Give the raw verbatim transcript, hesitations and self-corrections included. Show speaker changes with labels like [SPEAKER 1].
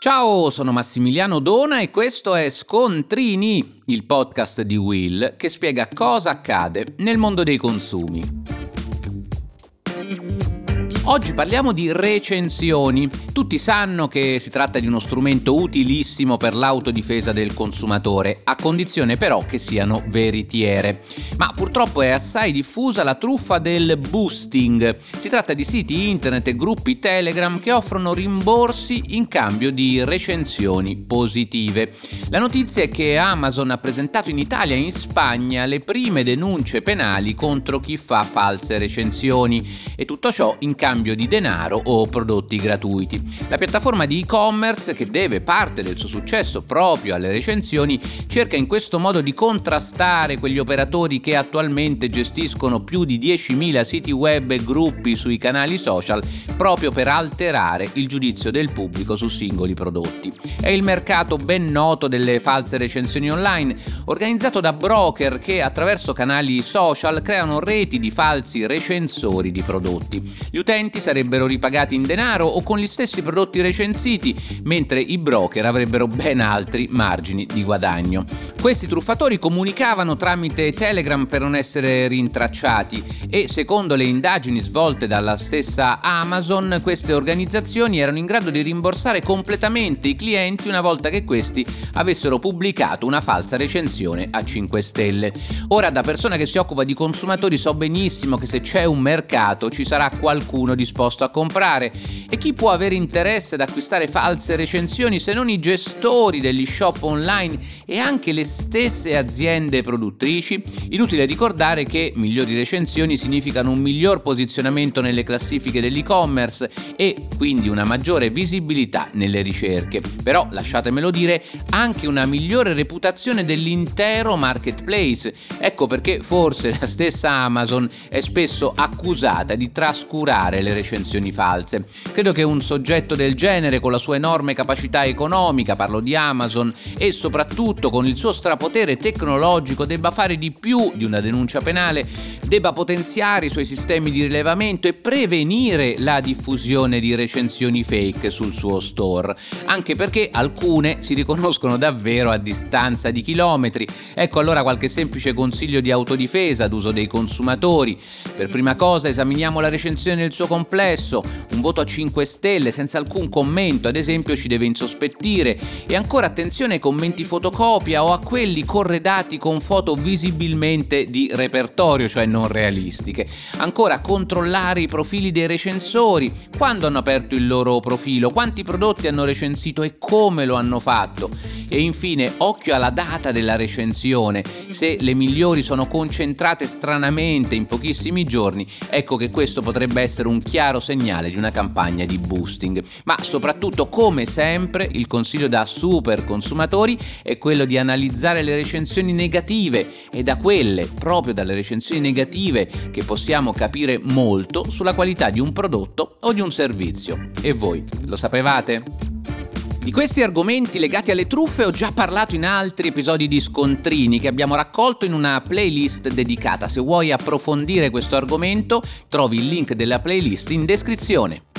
[SPEAKER 1] Ciao, sono Massimiliano Dona e questo è Scontrini, il podcast di Will che spiega cosa accade nel mondo dei consumi. Oggi parliamo di recensioni. Tutti sanno che si tratta di uno strumento utilissimo per l'autodifesa del consumatore, a condizione però che siano veritiere. Ma purtroppo è assai diffusa la truffa del boosting. Si tratta di siti internet e gruppi Telegram che offrono rimborsi in cambio di recensioni positive. La notizia è che Amazon ha presentato in Italia e in Spagna le prime denunce penali contro chi fa false recensioni, e tutto ciò in cambio di denaro o prodotti gratuiti. La piattaforma di e-commerce, che deve parte del suo successo proprio alle recensioni, cerca in questo modo di contrastare quegli operatori che attualmente gestiscono più di diecimila siti web e gruppi sui canali social proprio per alterare il giudizio del pubblico su singoli prodotti. È il mercato ben noto delle false recensioni online, organizzato da broker che attraverso canali social creano reti di falsi recensori di prodotti. Gli utenti sarebbero ripagati in denaro o con gli stessi prodotti recensiti, mentre i broker avrebbero ben altri margini di guadagno. Questi truffatori comunicavano tramite Telegram per non essere rintracciati e, secondo le indagini svolte dalla stessa Amazon, queste organizzazioni erano in grado di rimborsare completamente i clienti una volta che questi avessero pubblicato una falsa recensione a cinque stelle. Ora, da persona che si occupa di consumatori, so benissimo che se c'è un mercato ci sarà qualcuno disposto a comprare, e chi può avere interesse ad acquistare false recensioni se non i gestori degli shop online e anche le stesse aziende produttrici? Inutile ricordare che migliori recensioni significano un miglior posizionamento nelle classifiche dell'e-commerce e quindi una maggiore visibilità nelle ricerche, però lasciatemelo dire anche una migliore reputazione dell'intero marketplace. Ecco perché forse la stessa Amazon è spesso accusata di trascurare le recensioni false. Credo che un soggetto del genere, con la sua enorme capacità economica, parlo di Amazon, e soprattutto con il suo strapotere tecnologico, debba fare di più di una denuncia penale, debba potenziare i suoi sistemi di rilevamento e prevenire la diffusione di recensioni fake sul suo store, anche perché alcune si riconoscono davvero a distanza di chilometri. Ecco allora qualche semplice consiglio di autodifesa ad uso dei consumatori. Per prima cosa esaminiamo la recensione nel suo complesso. Un voto a cinque stelle senza alcun commento, ad esempio, ci deve insospettire. E ancora attenzione ai commenti fotocopia o a quelli corredati con foto visibilmente di repertorio, cioè non realistiche. Ancora, controllare i profili dei recensori, quando hanno aperto il loro profilo, quanti prodotti hanno recensito e come lo hanno fatto. E infine, occhio alla data della recensione. Se le migliori sono concentrate stranamente in pochissimi giorni, ecco che questo potrebbe essere un chiaro segnale di una campagna di boosting. Ma soprattutto, come sempre, il consiglio da super consumatori è quello di analizzare le recensioni negative, e da quelle, proprio dalle recensioni negative, che possiamo capire molto sulla qualità di un prodotto o di un servizio. E voi, lo sapevate? Di questi argomenti legati alle truffe ho già parlato in altri episodi di Scontrini che abbiamo raccolto in una playlist dedicata. Se vuoi approfondire questo argomento, trovi il link della playlist in descrizione.